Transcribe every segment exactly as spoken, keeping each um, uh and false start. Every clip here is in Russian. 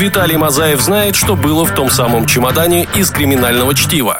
Виталий Мазаев знает, что было в том самом чемодане из криминального чтива.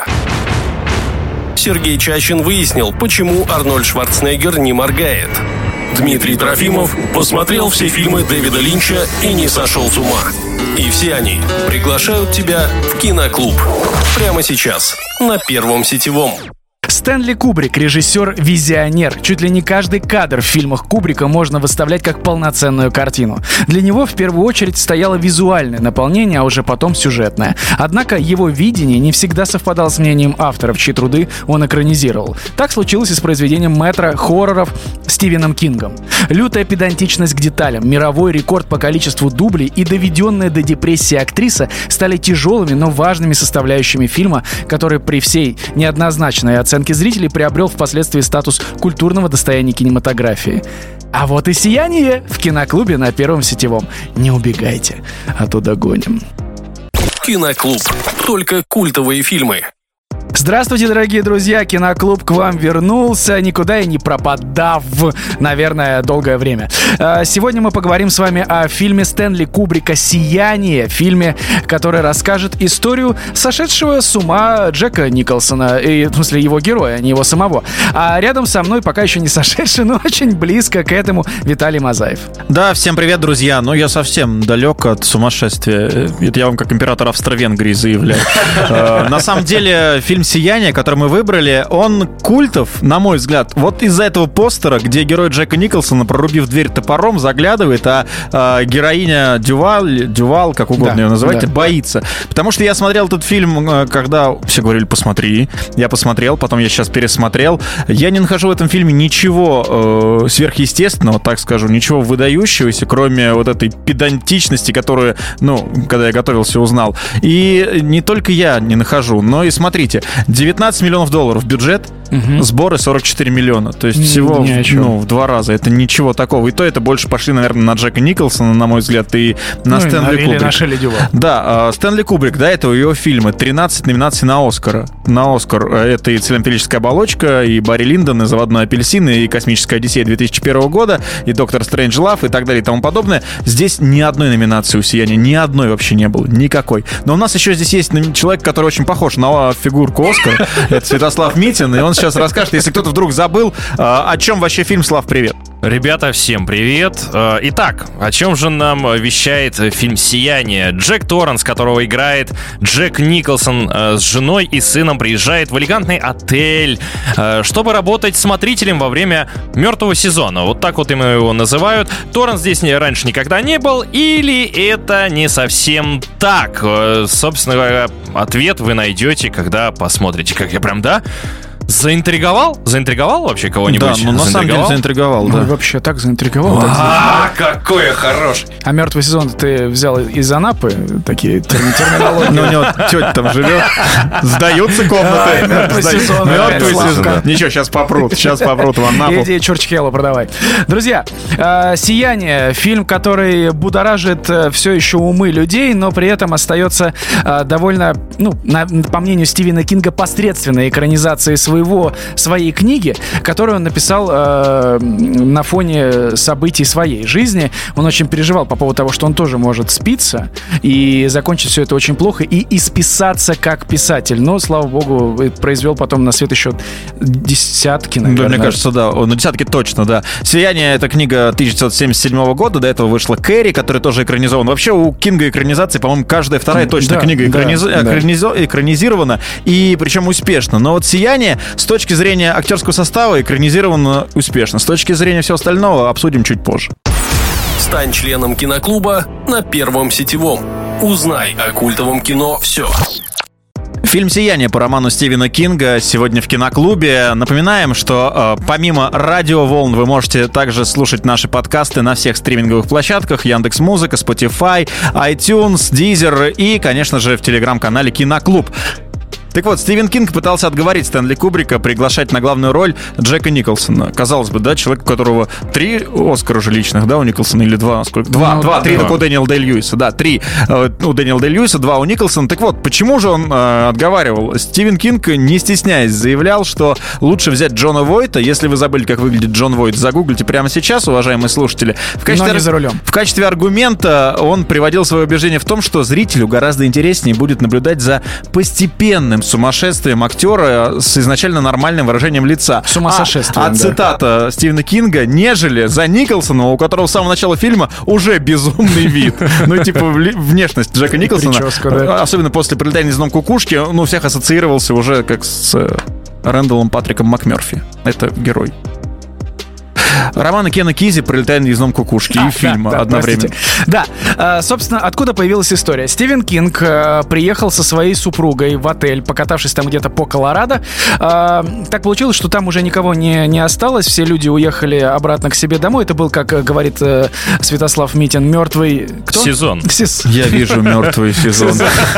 Сергей Чащин выяснил, почему Арнольд Шварценеггер не моргает. Дмитрий Трофимов посмотрел все фильмы Дэвида Линча и не сошел с ума. И все они приглашают тебя в киноклуб. Прямо сейчас, на Первом сетевом. Стэнли Кубрик, режиссер-визионер. Чуть ли не каждый кадр в фильмах Кубрика можно выставлять как полноценную картину. Для него в первую очередь стояло визуальное наполнение, а уже потом сюжетное. Однако его видение не всегда совпадало с мнением авторов, чьи труды он экранизировал. Так случилось и с произведением мэтра хорроров Стивеном Кингом. Лютая педантичность к деталям, мировой рекорд по количеству дублей и доведенная до депрессии актриса стали тяжелыми, но важными составляющими фильма, который при всей неоднозначной оценке зрителей приобрел впоследствии статус культурного достояния кинематографии. А вот и «Сияние» в киноклубе на Первом сетевом. Не убегайте, а то догоним. Киноклуб. Только культовые фильмы. Здравствуйте, дорогие друзья! Киноклуб к вам вернулся, никуда и не пропадав, наверное, долгое время. Сегодня мы поговорим с вами о фильме Стэнли Кубрика «Сияние», фильме, который расскажет историю сошедшего с ума Джека Николсона, и, в смысле, его героя, а не его самого. А рядом со мной пока еще не сошедший, но очень близко к этому Виталий Мазаев. Да, всем привет, друзья. Ну, я совсем далек от сумасшествия. Это я вам как император Австро-Венгрии заявляю. На самом деле, фильм «Сияние», который мы выбрали, он культов, на мой взгляд, вот из-за этого постера, где герой Джека Николсона, прорубив дверь топором, заглядывает, а э, героиня Дювал, Дювал, как угодно да, ее называйте, да. боится. Потому что я смотрел этот фильм, когда все говорили, посмотри. Я посмотрел, потом я сейчас пересмотрел. Я не нахожу в этом фильме ничего э, сверхъестественного, так скажу, ничего выдающегося, кроме вот этой педантичности, которую, ну, когда я готовился, узнал. И не только я не нахожу, но и смотрите, девятнадцать миллионов долларов бюджет, угу. сборы сорок четыре миллиона. То есть всего ну, в два раза. Это ничего такого. И то это больше пошли, наверное, на Джека Николсона, на мой взгляд, и на ну, Стэнли и Кубрик. На Шелли Дювал. Да, Стэнли Кубрик, до этого его фильмы. тринадцать номинаций на Оскар. На Оскар. Это и «Цилиндрическая оболочка», и «Барри Линдон», и «Заводной апельсин», и «Космическая Одиссея» две тысячи первого года, и «Доктор Стрэнджлав», и так далее, и тому подобное. Здесь ни одной номинации у «Сияния», ни одной вообще не было. Никакой. Но у нас еще здесь есть человек, который очень похож на фигурку Оскара. Это Святослав Митин, и он сейчас расскажет, если кто-то вдруг забыл, о чем вообще фильм. Слав, привет. Ребята, всем привет. Итак, о чем же нам вещает фильм «Сияние»? Джек Торранс, которого играет Джек Николсон, с женой и сыном приезжает в элегантный отель, чтобы работать смотрителем во время мертвого сезона. Вот так вот им его называют. Торранс здесь раньше никогда не был, или это не совсем так? Собственно говоря, ответ вы найдете, когда посмотрите. Как я прям, да? Заинтриговал? Заинтриговал вообще кого-нибудь? Да, ну на самом деле заинтриговал, да. Ну, вообще так заинтриговал. А, какой я хороший. А «Мертвый сезон» ты взял из Анапы? Такие терминологии. Ну, у него тетя там живет. Сдаются комнаты. «Мертвый сезон». «Мертвый сезон». Ничего, сейчас попрут. Сейчас попрут в Анапу. Иди Чурчхеллу продавай. Друзья, «Сияние» — фильм, который будоражит все еще умы людей, но при этом остается довольно, ну, по мнению Стивена Кинга, посредственной экранизацией своего своей книги, которую он написал э, на фоне событий своей жизни. Он очень переживал по поводу того, что он тоже может спиться и закончить все это очень плохо и исписаться как писатель. Но, слава богу, произвел потом на свет еще десятки, наверное. Да, мне кажется, да. Ну, десятки точно, да. «Сияние» — это книга тысяча девятьсот семьдесят седьмого года. До этого вышла «Кэрри», который тоже экранизован. Вообще у Кинга экранизации, по-моему, каждая вторая точно да, книга экраниз... да, экраниз... да. экранизирована, и причем успешно. Но вот «Сияние» с точки зрения актерского состава экранизировано успешно. С точки зрения всего остального обсудим чуть позже. Стань членом киноклуба на Первом сетевом. Узнай о культовом кино все. Фильм «Сияние» по роману Стивена Кинга сегодня в киноклубе. Напоминаем, что э, помимо радиоволн вы можете также слушать наши подкасты на всех стриминговых площадках: Яндекс.Музыка, Spotify, iTunes, Deezer и, конечно же, в телеграм-канале «Киноклуб». Так вот, Стивен Кинг пытался отговорить Стэнли Кубрика приглашать на главную роль Джека Николсона. Казалось бы, да, человек, у которого три Оскара уже личных, да, у Николсона, или два? Сколько? Два, ну, два, да, три да. только у Дэниела Дэй-Льюиса, да, три у Дэниела Дэй-Льюиса, два у Николсона. Так вот, почему же он э, отговаривал? Стивен Кинг, не стесняясь, заявлял, что лучше взять Джона Войта. Если вы забыли, как выглядит Джон Войт, загуглите прямо сейчас, уважаемые слушатели. В качестве, Но не за рулем. В качестве аргумента он приводил свое убеждение в том, что зрителю гораздо интереснее будет наблюдать за постепенным сумасшествием актера с изначально нормальным выражением лица. С ума сошествием, а, а цитата да. Стивена Кинга, нежели за Николсона, у которого с самого начала фильма уже безумный вид. Ну, типа, внешность Джека Николсона, прическа, да. особенно после «Прилетания из дном кукушки», ну, всех ассоциировался уже как с Рэндаллом Патриком МакМёрфи. Это герой. Романа Кена Кизи «Прилетание из дном кукушки» а, и фильма да, да, одновременно. Простите. Да, а, собственно, откуда появилась история? Стивен Кинг а, приехал со своей супругой в отель, покатавшись там где-то по Колорадо. А, так получилось, что там уже никого не, не осталось, все люди уехали обратно к себе домой. Это был, как говорит а, Святослав Митин, мертвый... Кто? Сезон. Сез... Я вижу мертвый сезон.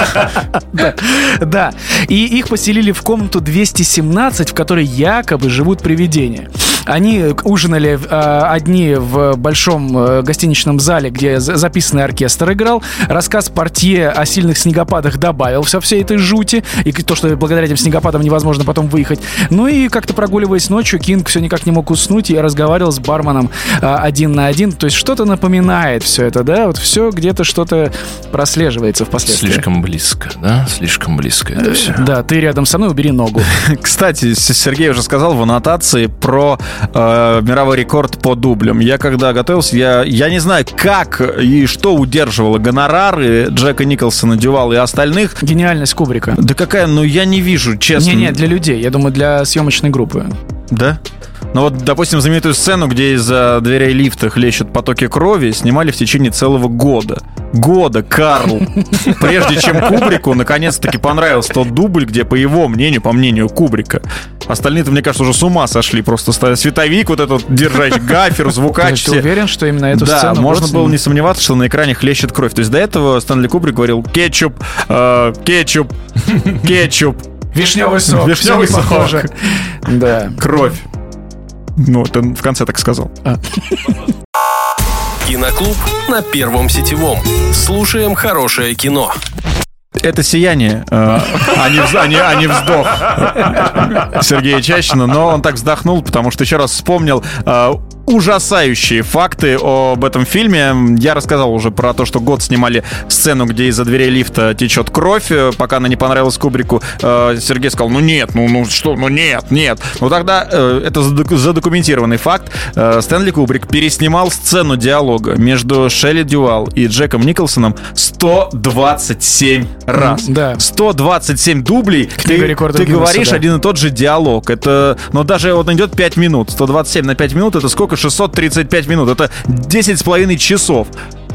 Да, и их поселили в комнату двести семнадцать, в которой якобы живут привидения. Они ужинали э, одни в большом э, гостиничном зале, где записанный оркестр играл. Рассказ портье о сильных снегопадах добавил все всей этой жути. И то, что благодаря этим снегопадам невозможно потом выехать. Ну и как-то прогуливаясь ночью, Кинг все никак не мог уснуть и разговаривал с барменом э, один на один. То есть что-то напоминает все это, да? Вот все где-то что-то прослеживается впоследствии. Слишком близко, да? Слишком близко это все. Да, ты рядом со мной, убери ногу. Кстати, Сергей уже сказал в аннотации про э, мировой рекорд по дублям. Я когда готовился, я, я не знаю, как и что удерживало гонорары Джека Николсона, Дювала и остальных. Гениальность Кубрика. Да какая, ну я не вижу, честно. Не-не, для людей, я думаю, для съемочной группы. Да? Ну вот, допустим, знаменитую сцену, где из-за дверей лифта хлещут потоки крови, снимали в течение целого года. Года, Карл. Прежде чем Кубрику наконец-таки понравился тот дубль, где, по его мнению, по мнению Кубрика, остальные-то, мне кажется, уже с ума сошли. Просто световик вот этот держать, гафер, звукач. Ты уверен, что именно эту да, сцену? Да, можно было не сомневаться, что на экране хлещет кровь. То есть до этого Стэнли Кубрик говорил кетчуп, э, кетчуп, кетчуп. Вишневый сок. Вишневый сок. Похоже. Да. Кровь. Ну, ты в конце так сказал. А. Киноклуб на Первом сетевом. Слушаем хорошее кино. Это «Сияние», э, а, не, а, не, а не вздох Сергея Чащина. Но он так вздохнул, потому что еще раз вспомнил э, ужасающие факты об этом фильме. Я рассказал уже про то, что год снимали сцену, где из-за дверей лифта течет кровь, пока она не понравилась Кубрику. э, Сергей сказал, ну нет, ну, ну что, ну нет, нет. Ну тогда э, это задокументированный факт. э, Стэнли Кубрик переснимал сцену диалога между Шелли Дювал и Джеком Николсоном сто двадцать семь раз. Да. сто двадцать семь дублей. Ты, ты говоришь да. один и тот же диалог. Это, ну, даже вот идет пять минут. сто двадцать семь на пять минут, это сколько? шестьсот тридцать пять минут. Это десять с половиной часов.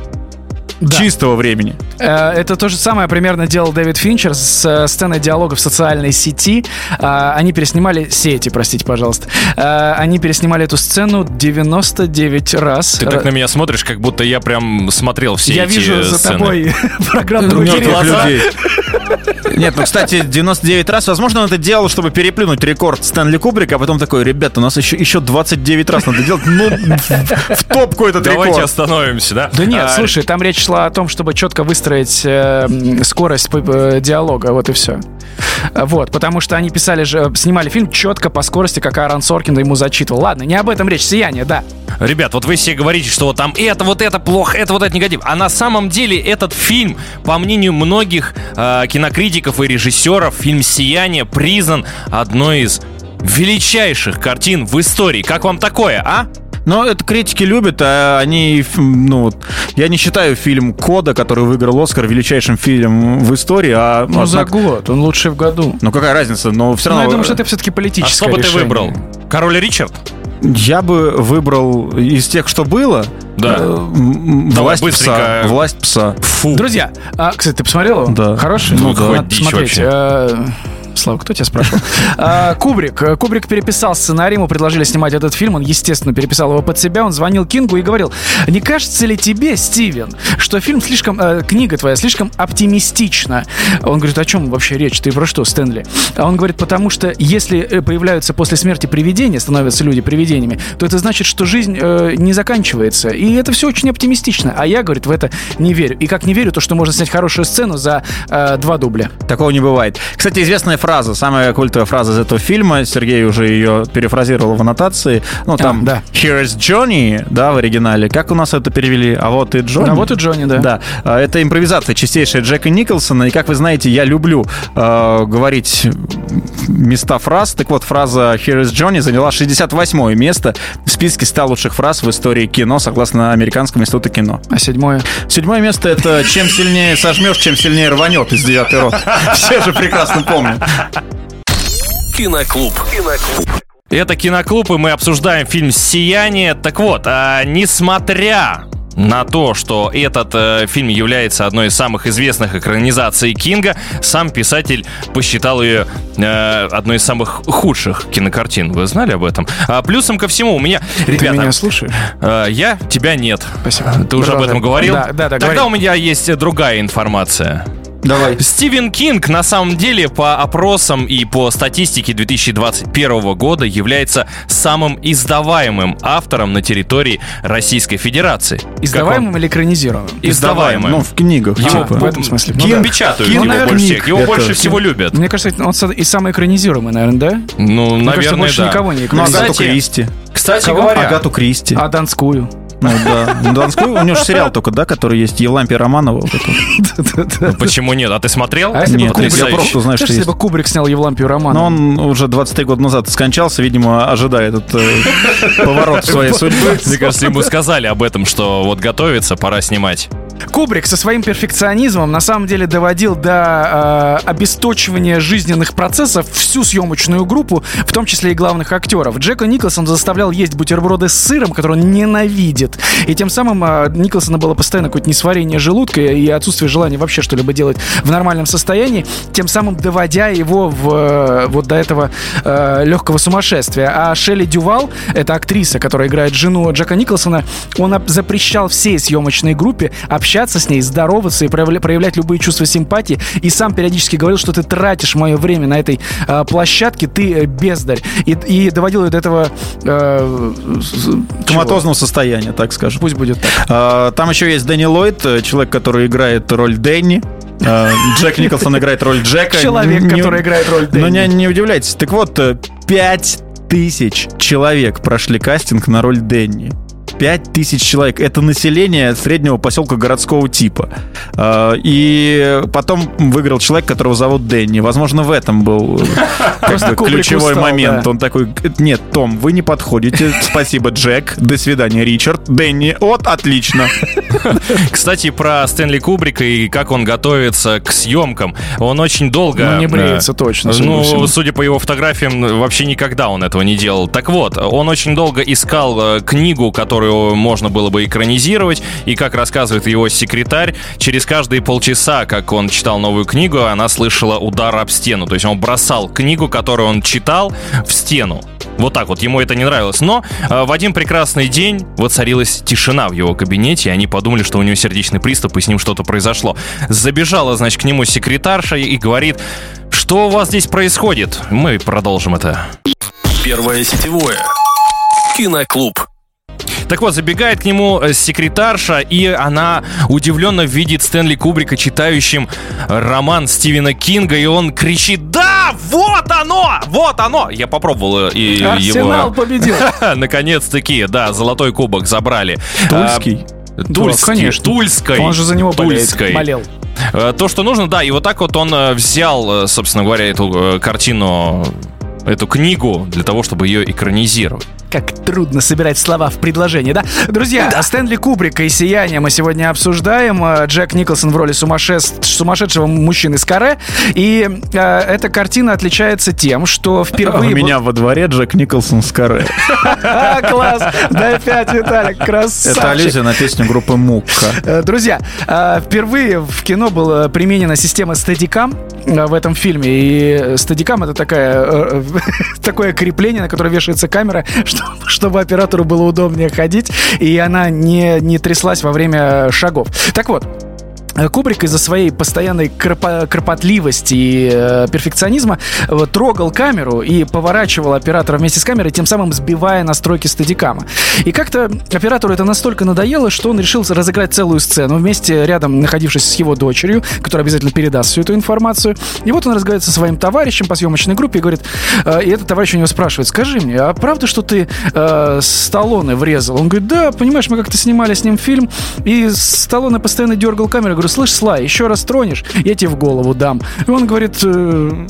Да. Чистого времени. Это то же самое примерно делал Дэвид Финчер с сценой диалога в социальной сети. Они переснимали... Сети, простите, пожалуйста. Они переснимали эту сцену девяносто девять раз. Ты так на меня смотришь, как будто я прям смотрел все я эти сцены. Я вижу за тобой программу людей. Нет, ну, кстати, девяносто девять раз, возможно, он это делал, чтобы переплюнуть рекорд Стэнли Кубрика, а потом такой, ребята, у нас еще, еще двадцать девять раз надо делать, ну, в, в топку этот Давайте рекорд. Давайте остановимся, да? Да нет, а, слушай, там речь шла о том, чтобы четко выстроить э, скорость э, диалога, вот и все. Вот, потому что они писали же, снимали фильм четко по скорости, как Аарон Соркин ему зачитывал. Ладно, не об этом речь, «Сияние», да. Ребят, вот вы все говорите, что вот там это, вот это плохо, это, вот это негатив. А на самом деле этот фильм, по мнению многих э, кинокритиков и режиссеров, фильм «Сияние» признан одной из величайших картин в истории. Как вам такое, а? Но это критики любят, а они, ну, я не считаю фильм «Кода», который выиграл «Оскар», величайшим фильмом в истории, а... Ну, однако... за год, он лучший в году. Ну, какая разница, но все равно... Ну, я думаю, что это все-таки политическое решение. А что бы ты выбрал? «Король Ричард»? Я бы выбрал из тех, что было... Да. Э, власть пса. Власть пса. Фу. Друзья, а, кстати, ты посмотрел его? Да. Хороший? Ну, да. Надо посмотреть. Слава, кто тебя спрашивал? Кубрик. Кубрик переписал сценарий, ему предложили снимать этот фильм, он, естественно, переписал его под себя, он звонил Кингу и говорил: не кажется ли тебе, Стивен, что фильм слишком, э, книга твоя слишком оптимистична? Он говорит: о чем вообще речь? Ты про что, Стэнли? А он говорит: потому что если появляются после смерти привидения, становятся люди привидениями, то это значит, что жизнь э, не заканчивается. И это все очень оптимистично. А я, говорит, в это не верю. И как не верю, то, что можно снять хорошую сцену за э, два дубля. Такого не бывает. Кстати, известная фраза, самая культовая фраза из этого фильма, Сергей уже ее перефразировал в аннотации. Ну, там, а, да. Here is Johnny, да, в оригинале. Как у нас это перевели? А вот и Джонни. А вот и Джонни, да. Да. Это импровизация чистейшая Джека Николсона. И, как вы знаете, я люблю э, говорить места фраз. Так вот, фраза Here is Johnny заняла шестьдесят восьмое место в списке ста лучших фраз в истории кино, согласно Американскому институту кино. А седьмое? Седьмое место — это чем сильнее сожмешь, чем сильнее рванет из девятой роты. Все же прекрасно помнят. Киноклуб. Киноклуб. Это «Киноклуб», и мы обсуждаем фильм «Сияние». Так вот, а, несмотря на то, что этот э, фильм является одной из самых известных экранизаций Кинга, сам писатель посчитал ее э, одной из самых худших кинокартин. Вы знали об этом? А плюсом ко всему у меня... Ребята, ты меня слушаешь? Э, я, тебя нет. Спасибо. Ты уже об этом говорил? Да, да, да. Тогда говори. у меня есть другая информация. Давай. Стивен Кинг, на самом деле, по опросам и по статистике две тысячи двадцать первого года является самым издаваемым автором на территории Российской Федерации. Издаваемым или экранизируемым? Издаваемым. Ну, в книгах. Его, А, в этом смысле. Кинг Ну, да. печатают Кинг, его наверное, больше Кинг. всех. Его Это больше Кинг. всего любят. Мне кажется, он и самый экранизируемый, наверное, да? Ну, Мне кажется, наверное, больше да. никого не Ну, экранизирует. Агату Кстати, Кристи. Кстати Кого? говоря, Агату Кристи. А Донскую? Ну, да. Ну, Донской, у него же сериал только, да, который есть, Евлампия Романова. Вот это. ну, почему нет? А ты смотрел? А если бы Нет, Кубрик... я просто знаю, что Если есть. бы Кубрик снял Евлампию Но Романову? он уже двадцать три года назад скончался, видимо, ожидая этот э, поворот своей судьбы. Мне кажется, ему сказали об этом, что вот готовится, пора снимать. Кубрик со своим перфекционизмом на самом деле доводил до э, обесточивания жизненных процессов всю съемочную группу, в том числе и главных актеров. Джека Николсона заставлял есть бутерброды с сыром, который он ненавидит. И тем самым э, Николсона было постоянно какое-то несварение желудка и отсутствие желания вообще что-либо делать в нормальном состоянии, тем самым доводя его в, э, вот до этого э, легкого сумасшествия. А Шелли Дювал, это актриса, которая играет жену Джека Николсона, он об- запрещал всей съемочной группе общаться с ней, здороваться и проявля- проявлять любые чувства симпатии. И сам периодически говорил, что ты тратишь мое время на этой э, площадке, ты э, бездарь. И, и доводил ее до этого... Э, Коматозного состояния, так скажем. Пусть будет так. А, Там еще есть Дэнни Ллойд, человек, который играет роль Дэнни. А, Джек Николсон играет роль Джека. Человек, Не- который играет роль Дэнни. Но не, не удивляйтесь. Так вот, пять тысяч человек прошли кастинг на роль Дэнни. Пять тысяч человек. Это население среднего поселка городского типа. А, И потом выиграл человек, которого зовут Дэнни. Возможно, в этом был как Просто бы Кубрик ключевой устал, момент. да. Он такой: нет, Том, вы не подходите. Спасибо, Джек. До свидания, Ричард. Дэнни. Вот, отлично. Кстати, про Стэнли Кубрика и как он готовится к съемкам. Он очень долго... Ну, не бреется э, точно, судя по всему. Ну, судя по его фотографиям, вообще никогда он этого не делал. Так вот, он очень долго искал э, книгу, которую можно было бы экранизировать. И, как рассказывает его секретарь, через каждые полчаса, как он читал новую книгу, она слышала удар об стену. То есть он бросал книгу, которую он читал, в стену. Вот так вот, ему это не нравилось. Но э, в один прекрасный день воцарилась тишина в его кабинете, и они подумали, что у него сердечный приступ, и с ним что-то произошло. Забежала, значит, к нему секретарша и говорит: что у вас здесь происходит? Мы продолжим это. Первое сетевое. Киноклуб. Так вот, забегает к нему секретарша, и она удивленно видит Стэнли Кубрика, читающим роман Стивена Кинга, и он кричит: да, вот оно, вот оно! Я попробовал и Арсенал его... победил. Наконец-таки, да, золотой кубок забрали. Тульский. А, Тульский, Да, конечно. Тульской. Он же за него болеет, Тульской. болел. А, То, что нужно, да, и вот так вот он э, взял, э, собственно говоря, эту э, картину, эту книгу для того, чтобы ее экранизировать. Как трудно собирать слова в предложение, да? Друзья, да. Стэнли Кубрика и «Сияние» мы сегодня обсуждаем. Джек Николсон в роли сумасшедш... сумасшедшего мужчины с каре. И э, эта картина отличается тем, что впервые... У меня во дворе Джек Николсон с каре. Класс! Да опять, Виталик, красавчик. Это аллюзия на песню группы Мукка. Друзья, впервые в кино была применена система Steadicam в этом фильме. И Steadicam — это такая, такое крепление, на которое вешается камера, чтобы оператору было удобнее ходить, и она не, не тряслась во время шагов. Так вот, Кубрик из-за своей постоянной кропо- кропотливости и э, перфекционизма э, трогал камеру и поворачивал оператора вместе с камерой, тем самым сбивая настройки стедикама. И как-то оператору это настолько надоело, что он решил разыграть целую сцену вместе, рядом находившись с его дочерью, которая обязательно передаст всю эту информацию. И вот он разговаривает со своим товарищем по съемочной группе и говорит, э, и этот товарищ у него спрашивает: скажи мне, а правда, что ты э, Сталлоне врезал? Он говорит: да, понимаешь, мы как-то снимали с ним фильм, и Сталлоне постоянно дергал камеру. Я говорю: слышь, Слай, еще раз тронешь, я тебе в голову дам. И он говорит: э,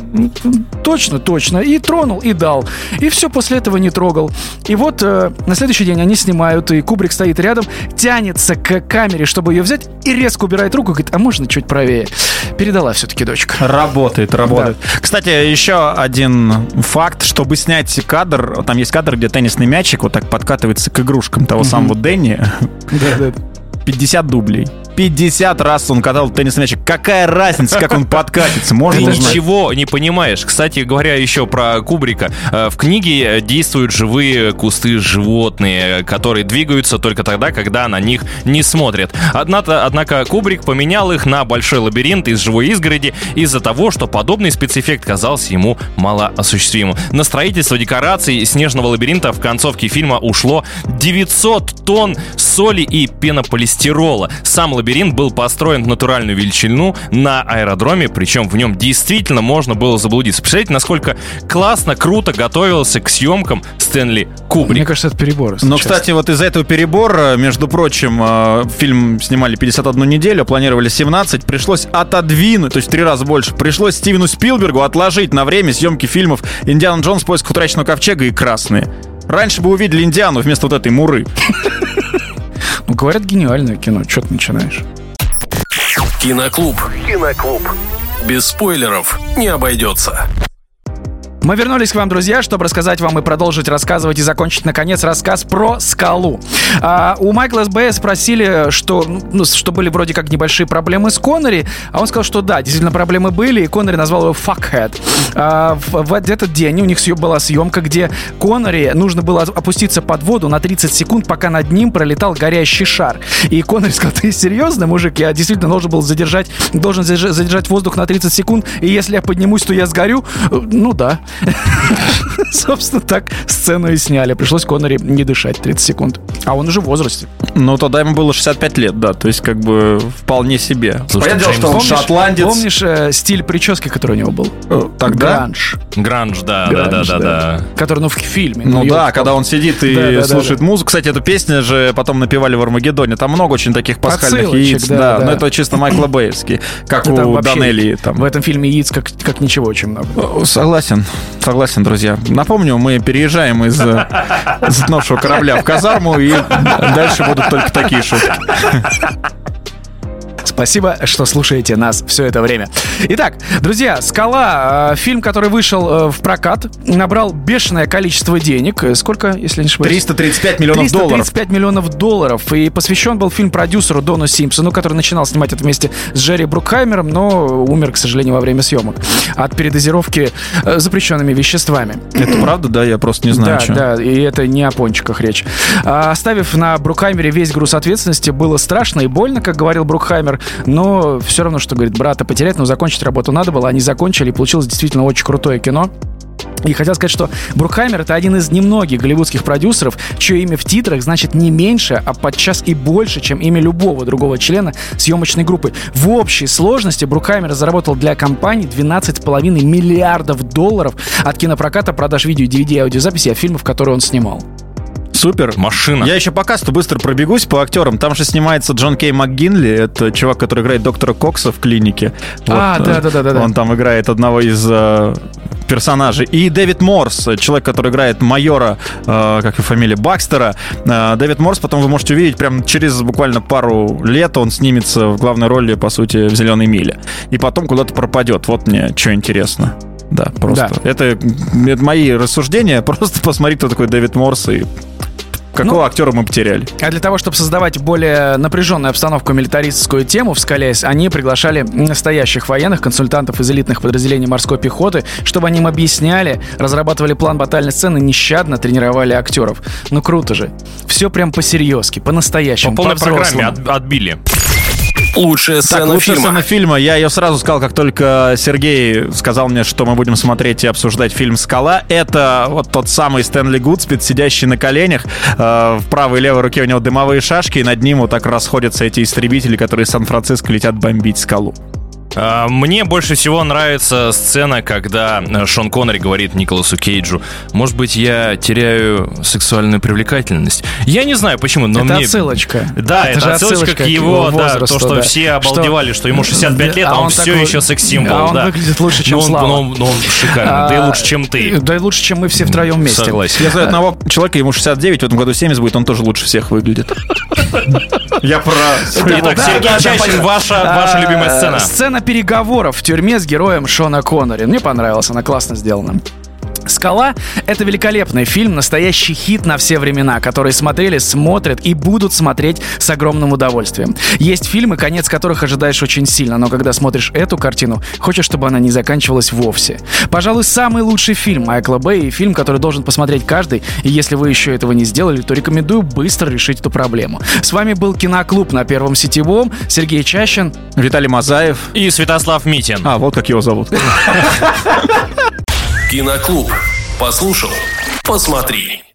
точно, точно. И тронул, и дал. И все, после этого не трогал. И вот э, на следующий день они снимают, и Кубрик стоит рядом, тянется к камере, чтобы ее взять, и резко убирает руку, говорит: а можно чуть правее? Передала все-таки дочка. Работает, работает. Да. Кстати, еще один факт, чтобы снять кадр, там есть кадр, где теннисный мячик вот так подкатывается к игрушкам того mm-hmm. самого Дэнни. Да-да. пятьдесят дублей. пятьдесят раз он катал теннисный мячик. Какая разница, как он подкатится? Можно Ты узнать. ничего не понимаешь. Кстати говоря, еще про Кубрика. В книге действуют живые кусты, животные, которые двигаются только тогда, когда на них не смотрят. Однако, однако Кубрик поменял их на большой лабиринт из живой изгороди из-за того, что подобный спецэффект казался ему малоосуществимым. На строительство декораций снежного лабиринта в концовке фильма ушло девятьсот тонн соли и пенополистирола. Сам лабиринт был построен в натуральную величину на аэродроме, причем в нем действительно можно было заблудиться. Представляете, насколько классно, круто готовился к съемкам Стэнли Кубрик. Мне кажется, это перебор. Но, кстати, вот из-за этого перебора, между прочим, фильм снимали пятьдесят одну неделю, планировали семнадцать, пришлось отодвинуть, то есть в три раза больше. Пришлось Стивену Спилбергу отложить на время съемки фильмов «Индиана Джонс. Поиск утраченного ковчега» и «Красные». Раньше бы увидели Индиану вместо вот этой муры. Ну, говорят, гениальное кино. Что ты начинаешь? Киноклуб. Киноклуб. Без спойлеров не обойдется. Мы вернулись к вам, друзья, чтобы рассказать вам и продолжить рассказывать и закончить, наконец, рассказ про «Скалу». А, у Майкла Бэя спросили, что, ну, что были вроде как небольшие проблемы с Коннери, а он сказал, что да, действительно проблемы были, и Коннери назвал его «fuckhead». А, в, в этот день у них была съемка, где Коннери нужно было опуститься под воду на тридцать секунд, пока над ним пролетал горящий шар. И Коннери сказал: ты серьезно, мужик? Я действительно должен был задержать, должен задержать воздух на тридцать секунд, и если я поднимусь, то я сгорю? Ну да. Собственно, так сцену и сняли. Пришлось Коннери не дышать тридцать секунд. А он уже в возрасте. Ну, тогда ему было шестьдесят пять лет, да. То есть, как бы, вполне себе. Слушай, дело, что он помнишь, шотландец. Помнишь э, стиль прически, который у него был? Тогда? Гранж. Гранж, да, Гранж, да, да, да, да. Который, ну, в фильме. Ну, ну да, его... когда он сидит и да, да, слушает да, да. музыку. Кстати, эту песню же потом напевали в «Армагеддоне». Там много очень таких пасхальных Отсылочек, яиц. да, Да, да. но это чисто Майкла Бэевский. Как Ну, там у вообще Данелии. Там. В этом фильме яиц как, как ничего очень много. Согласен, согласен, друзья. Напомню, мы переезжаем из затонувшего корабля в казарму, и дальше будут только такие шутки. Спасибо, что слушаете нас все это время. Итак, друзья, «Скала», фильм, который вышел в прокат, набрал бешеное количество денег. Сколько, если не ошибаюсь? триста тридцать пять миллионов долларов. триста тридцать пять миллионов долларов. И посвящен был фильм продюсеру Дону Симпсону, который начинал снимать это вместе с Джерри Брукхаймером, но умер, к сожалению, во время съемок от передозировки запрещенными веществами. Это правда, да? Я просто не знаю, Да, что. да, и это не о пончиках речь. А, оставив на Брукхаймере весь груз ответственности, было страшно и больно, как говорил Брукхаймер, но все равно, что, говорит, брата потерять, но закончить работу надо было. Они закончили, и получилось действительно очень крутое кино. И хотел сказать, что Брукхаймер — это один из немногих голливудских продюсеров, чье имя в титрах значит не меньше, а подчас и больше, чем имя любого другого члена съемочной группы. В общей сложности Брукхаймер заработал для компании двенадцать целых пять десятых миллиардов долларов от кинопроката, продаж видео, ди ви ди и аудиозаписи, а фильмов, которые он снимал. Супер. Машина. Я еще пока что быстро пробегусь по актерам. Там же снимается Джон Кей МакГинли. Это чувак, который играет доктора Кокса в клинике. А, вот, да-да-да. Он там играет одного из... персонажей. И Дэвид Морс, человек, который играет майора, э, как его фамилия, Бакстера. Э, Дэвид Морс потом вы можете увидеть прям через буквально пару лет он снимется в главной роли, по сути, в «Зеленой миле». И потом куда-то пропадет. Вот мне что интересно. Да, просто. Да. Это, это мои рассуждения. Просто посмотри, кто такой Дэвид Морс и какого ну, актера мы потеряли. А для того, чтобы создавать более напряженную обстановку, милитаристскую тему в «Скале», они приглашали настоящих военных, консультантов из элитных подразделений морской пехоты, чтобы они им объясняли, разрабатывали план батальной сцены, нещадно тренировали актеров. Ну круто же. Все прям по-серьезки, по-настоящему, по полной программе от, отбили. Лучшая сцена так, лучшая фильма. сцена фильма. Я ее сразу сказал, как только Сергей сказал мне, что мы будем смотреть и обсуждать фильм «Скала». Это вот тот самый Стэнли Гудспит, сидящий на коленях. Э, в правой и левой руке у него дымовые шашки, и над ним вот так расходятся эти истребители, которые из Сан-Франциско летят бомбить «Скалу». Мне больше всего нравится сцена, когда Шон Коннери говорит Николасу Кейджу: может быть, я теряю сексуальную привлекательность. Я не знаю почему, но это мне... отсылочка. Да, это, это отсылочка, отсылочка к его, его возрасту, да, то, что да. все обалдевали, что, что ему шестьдесят пять лет, а, а он, он все такой... еще секс-символ. А он да. выглядит лучше, чем но он, Слава. Но он, но он шикарный, а, да и лучше, чем ты. Да и лучше, чем мы все втроем вместе. Согласен. Я знаю одного человека, ему шестьдесят девять, в этом году семьдесят будет, он тоже лучше всех выглядит. Я про... Итак, Сергей Чащин, ваша любимая сцена. Сцена переговоров в тюрьме с героем Шона Коннери. Мне понравилась, она классно сделана. «Скала» — это великолепный фильм, настоящий хит на все времена, которые смотрели, смотрят и будут смотреть с огромным удовольствием. Есть фильмы, конец которых ожидаешь очень сильно, но когда смотришь эту картину, хочешь, чтобы она не заканчивалась вовсе. Пожалуй, самый лучший фильм Майкла Бэя и фильм, который должен посмотреть каждый, и если вы еще этого не сделали, то рекомендую быстро решить эту проблему. С вами был Киноклуб на Первом Сетевом. Сергей Чащин, Виталий Мазаев и Святослав Митин. А, вот как его зовут. Киноклуб. Послушал, посмотри.